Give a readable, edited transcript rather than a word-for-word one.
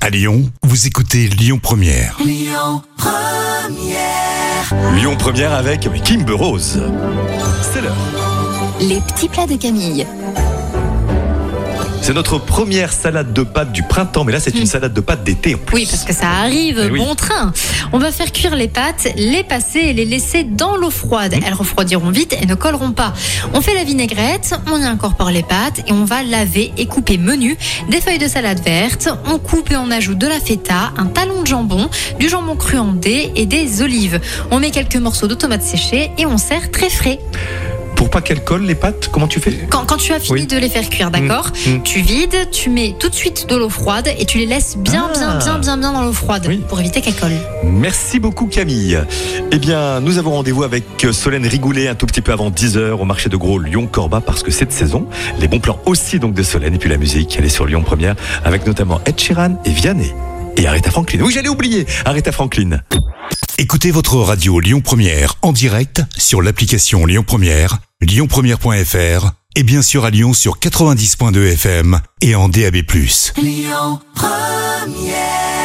À Lyon, vous écoutez Lyon Première. Lyon Première. Lyon Première avec Kimber Rose. C'est l'heure. Les petits plats de Camille. C'est notre première salade de pâtes du printemps, mais là c'est une salade de pâtes d'été en plus. Oui, parce que ça arrive, Eh oui. bon train. On va faire cuire les pâtes, les passer et les laisser dans l'eau froide. Elles refroidiront vite et ne colleront pas. On fait la vinaigrette, on y incorpore les pâtes et on va laver et couper menu des feuilles de salade verte. On coupe et on ajoute de la feta, un talon de jambon, du jambon cru en dés et des olives. On met quelques morceaux de tomates séchées et on sert très frais. Pour pas qu'elles collent les pâtes, comment tu fais? Quand tu as fini Oui. de les faire cuire, d'accord, tu vides, tu mets tout de suite de l'eau froide et tu les laisses bien dans l'eau froide Oui. pour éviter qu'elles collent. Merci beaucoup Camille. Eh bien, nous avons rendez-vous avec Solène Rigoulet un tout petit peu avant 10h au marché de gros Lyon-Corba parce que cette saison, les bons plans aussi donc de Solène et puis la musique, elle est sur Lyon Première avec notamment Ed Sheeran et Vianney et Aretha Franklin. Oui, j'allais oublier Aretha Franklin. Écoutez votre radio Lyon Première en direct sur l'application Lyon Première, lyonpremière.fr et bien sûr à Lyon sur 90.2 FM et en DAB+. Lyon Première.